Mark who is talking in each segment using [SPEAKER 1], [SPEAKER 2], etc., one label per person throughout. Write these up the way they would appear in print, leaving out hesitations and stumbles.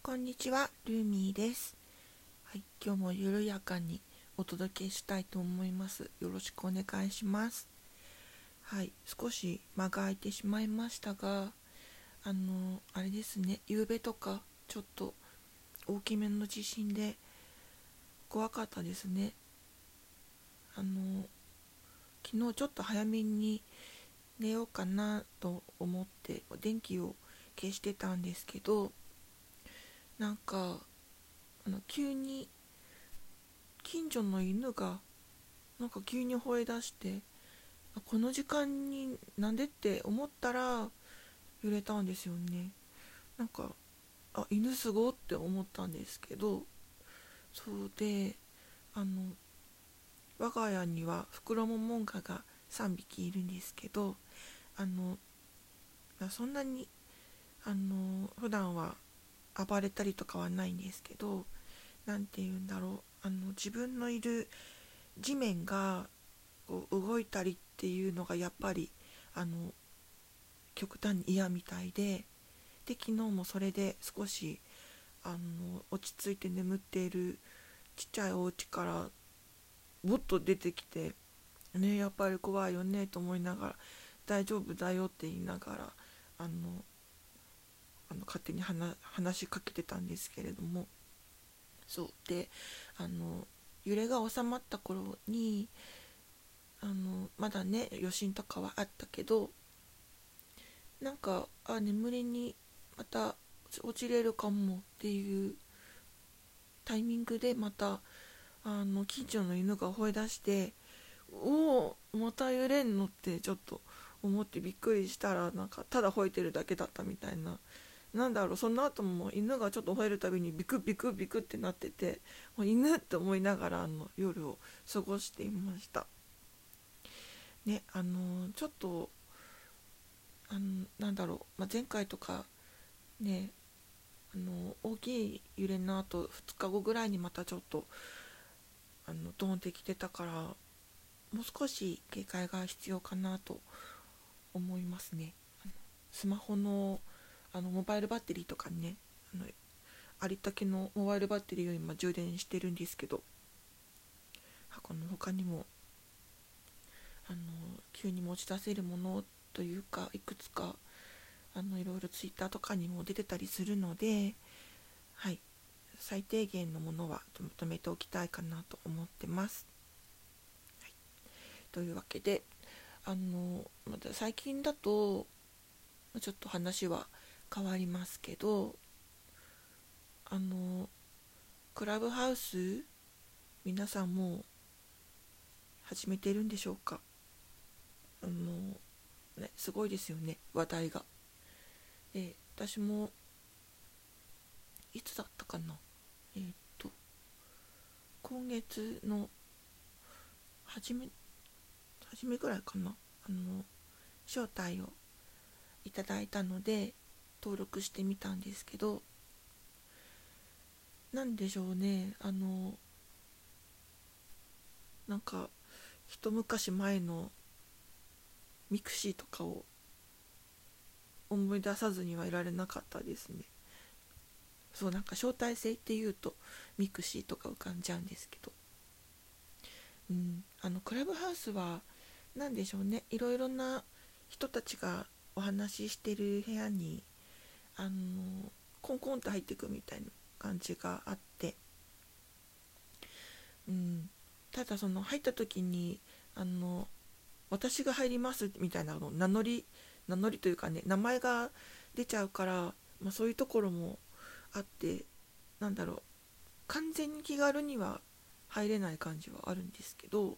[SPEAKER 1] こんにちは、ルーミーです。はい、今日も緩やかにお届けしたいと思います。よろしくお願いします。はい、少し間が空いてしまいましたが、あれですね、夕べとかちょっと大きめの地震で怖かったですね。昨日ちょっと早めに寝ようかなと思って電気を消してたんですけど、なんか急に近所の犬が急に吠え出して、この時間になんでって思ったら揺れたんですよね。なんか犬すごって思ったんですけど、そうで、あの我が家にはフクロモモンガが3匹いるんですけど、あのそんなに普段は暴れたりとかはないんですけど、なんて言うんだろう、自分のいる地面がこう動いたりっていうのがやっぱり極端に嫌みたいで、昨日もそれで少し落ち着いて眠っているちっちゃいお家からぼっと出てきて、ね、やっぱり怖いよねと思いながら、大丈夫だよって言いながら勝手に話しかけてたんですけれども、そうで、揺れが収まった頃にまだね余震とかはあったけど、眠りにまた落ちれるかもっていうタイミングで、また近所の犬が吠え出して、おおまた揺れんのってちょっと思ってびっくりしたら、ただ吠えてるだけだったみたいな。その後も犬がちょっと吠えるたびにビクビクビクってなってて、もう犬って思いながら夜を過ごしていましたね。ちょっと前回とかね、大きい揺れの後2日後ぐらいにまたちょっとドーンってきてたから、もう少し警戒が必要かなと思いますね。スマホのモバイルバッテリーとかね、ありったけのモバイルバッテリーを今充電してるんですけど、他にも急に持ち出せるものというか、いくつかいろいろツイッターとかにも出てたりするので、はい、最低限のものは止めておきたいかなと思ってます。はい、というわけで、また最近だとちょっと話は変わりますけど、クラブハウス皆さんもう始めてるんでしょうか。すごいですよね、話題が。で、私もいつだったかな、えーっと今月の初めぐらいかな、招待をいただいたので登録してみたんですけど、なんでしょうね、一昔前のミクシーとかを思い出さずにはいられなかったですね。そう、招待制っていうとミクシーとか浮かんじゃうんですけど、クラブハウスは何でしょうね、いろいろな人たちがお話ししてる部屋にコンコンと入っていくみたいな感じがあって、ただその入った時に私が入りますみたいな名乗りというかね、名前が出ちゃうから、そういうところもあって、完全に気軽には入れない感じはあるんですけど、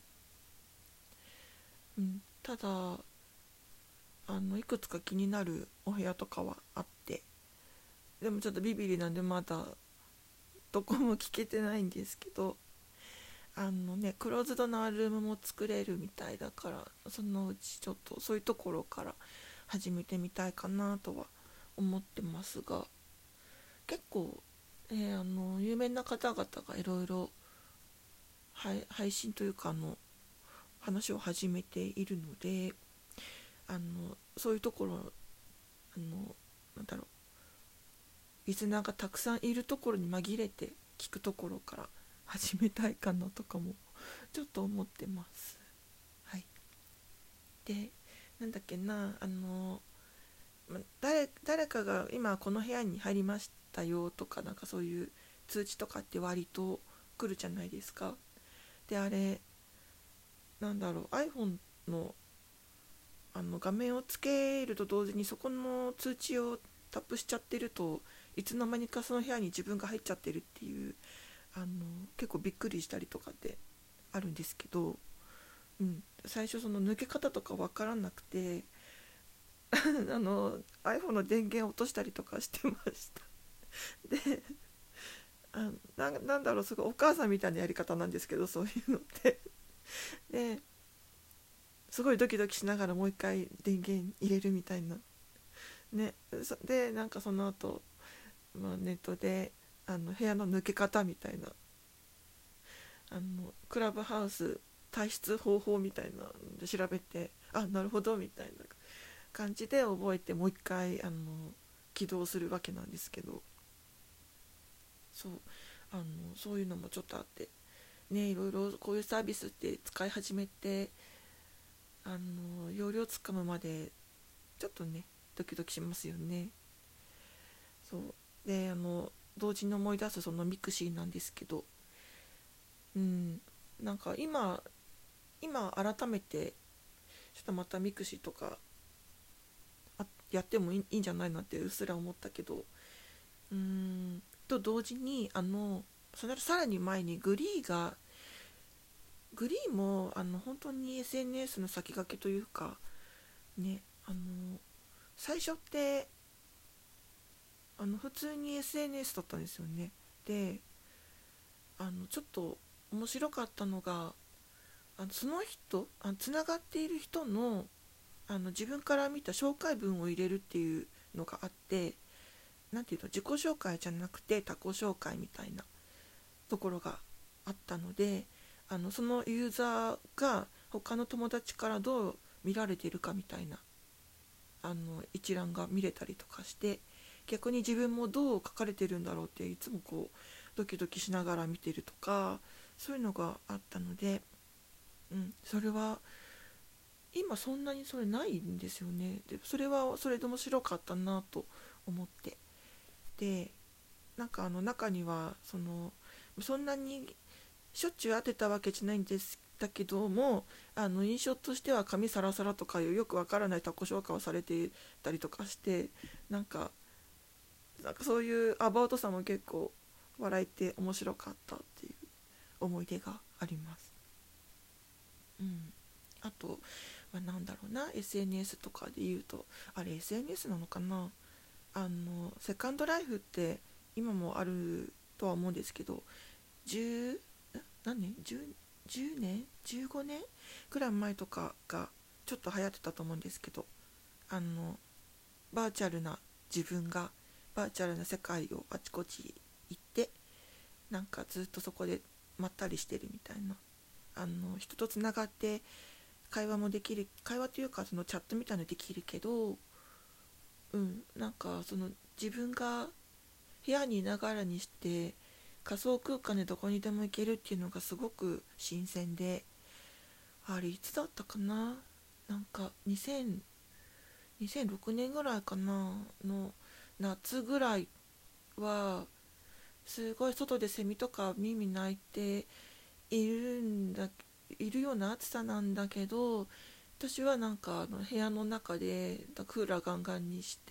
[SPEAKER 1] ただいくつか気になるお部屋とかはあって、でもちょっとビビリなんでまだどこも聞けてないんですけど、クローズドなルームも作れるみたいだから、そのうちちょっとそういうところから始めてみたいかなとは思ってますが、結構、有名な方々がいろいろ配信というか話を始めているので、そういうところなんだろリスナーがたくさんいるところに紛れて聞くところから始めたいかなとかもちょっと思ってます。はい。で、なんだっけな、誰かが今この部屋に入りましたよとか、なんかそういう通知とかって割と来るじゃないですか。で、あれなんだろう、 iPhone の画面をつけると同時にそこの通知をタップしちゃってると、いつの間にかその部屋に自分が入っちゃってるっていう、結構びっくりしたりとかってあるんですけど、最初その抜け方とか分からなくてiPhone の電源を落としたりとかしてましたで、なんだろう、すごいお母さんみたいなやり方なんですけど、そういうのってですごいドキドキしながらもう一回電源入れるみたいなね。でなんかその後、ネットで部屋の抜け方みたいな、クラブハウス退出方法みたいなので調べて、あ、なるほどみたいな感じで覚えて、もう一回起動するわけなんですけど、そうあのそういうのもちょっとあってね、いろいろこういうサービスって使い始めて、容量つかむまでちょっとねドキドキしますよね。そうで、同時に思い出すそのミクシーなんですけど、なんか今改めてちょっとまたミクシーとかやってもいいんじゃないなってうっすら思ったけど、と同時にそれさらに前にグリーも本当に SNS の先駆けというかね、最初って普通に SNS だったんですよね。でちょっと面白かったのが、その人つながっている人の自分から見た紹介文を入れるっていうのがあって、なんていうの、自己紹介じゃなくて他己紹介みたいなところがあったので、そのユーザーが他の友達からどう見られているかみたいな一覧が見れたりとかして、逆に自分もどう書かれてるんだろうっていつもこうドキドキしながら見てるとか、そういうのがあったので、それは今そんなにそれないんですよね。でそれはそれで面白かったなと思って、でなんか中にはそんなにしょっちゅう当てたわけじゃないんですだけども、印象としては髪サラサラとかいうよくわからない他己紹介をされていたりとかして、なんかそういうアバウトさも結構笑えて面白かったっていう思い出があります。あと、なんだろうな、 SNS とかで言うと、あれ SNS なのかな、セカンドライフって今もあるとは思うんですけど、10何年10年15年くらい前とかがちょっと流行ってたと思うんですけど、バーチャルな自分がバーチャルな世界をあちこち行って、なんかずっとそこでまったりしてるみたいな、人とつながって会話もできる、会話というかそのチャットみたいなのできるけど、なんかその自分が部屋にいながらにして仮想空間でどこにでも行けるっていうのがすごく新鮮で、あれいつだったかな、なんか2006年ぐらいかなの夏ぐらいはすごい外でセミとか耳鳴いているんだいるような暑さなんだけど、私はなんか部屋の中でクーラーガンガンにして、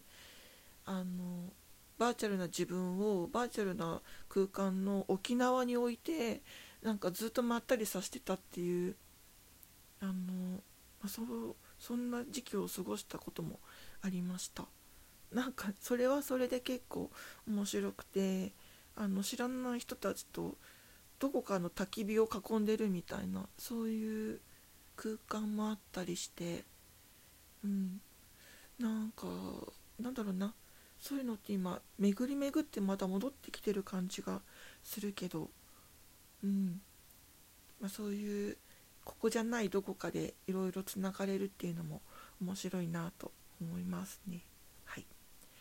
[SPEAKER 1] あのバーチャルな自分をバーチャルな空間の沖縄に置いて、なんかずっとまったりさせてたっていう、あのそんな時期を過ごしたこともありました。なんかそれはそれで結構面白くて、知らない人たちとどこかの焚き火を囲んでるみたいな、そういう空間もあったりして、うん、なんかなんだろうな、そういうのって今巡り巡ってまた戻ってきてる感じがするけど、うん、そういうここじゃないどこかでいろいろつながれるっていうのも面白いなと思いますね。はい、とい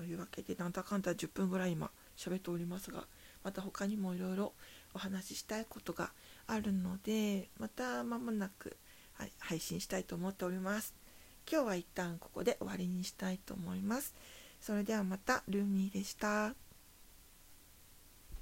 [SPEAKER 1] いうわけでなんだかんだ10分ぐらい今喋っておりますが、また他にもいろいろお話ししたいことがあるので、また間もなく、配信したいと思っております。今日は一旦ここで終わりにしたいと思います。それではまた、ルーミーでした。